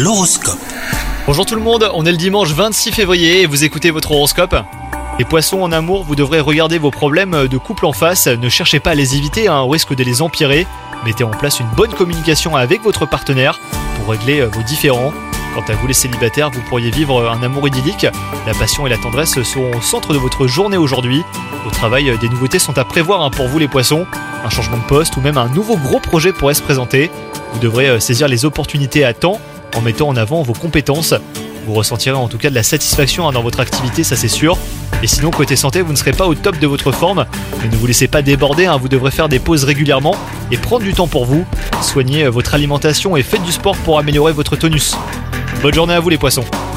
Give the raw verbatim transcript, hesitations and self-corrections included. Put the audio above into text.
L'horoscope. Bonjour tout le monde, on est le dimanche vingt-six février et vous écoutez votre horoscope. Les poissons en amour, vous devrez regarder vos problèmes de couple en face, ne cherchez pas à les éviter hein, au risque de les empirer. Mettez en place une bonne communication avec votre partenaire pour régler vos différends. Quant à vous les célibataires, vous pourriez vivre un amour idyllique. La passion et la tendresse seront au centre de votre journée aujourd'hui. Au travail, des nouveautés sont à prévoir hein, pour vous les poissons. Un changement de poste ou même un nouveau gros projet pourrait se présenter. Vous devrez saisir les opportunités à temps en mettant en avant vos compétences. Vous ressentirez en tout cas de la satisfaction hein, dans votre activité, ça c'est sûr. Et sinon, côté santé, vous ne serez pas au top de votre forme. Mais ne vous laissez pas déborder, hein, vous devrez faire des pauses régulièrement et prendre du temps pour vous. Soignez votre alimentation et faites du sport pour améliorer votre tonus. Bonne journée à vous les poissons.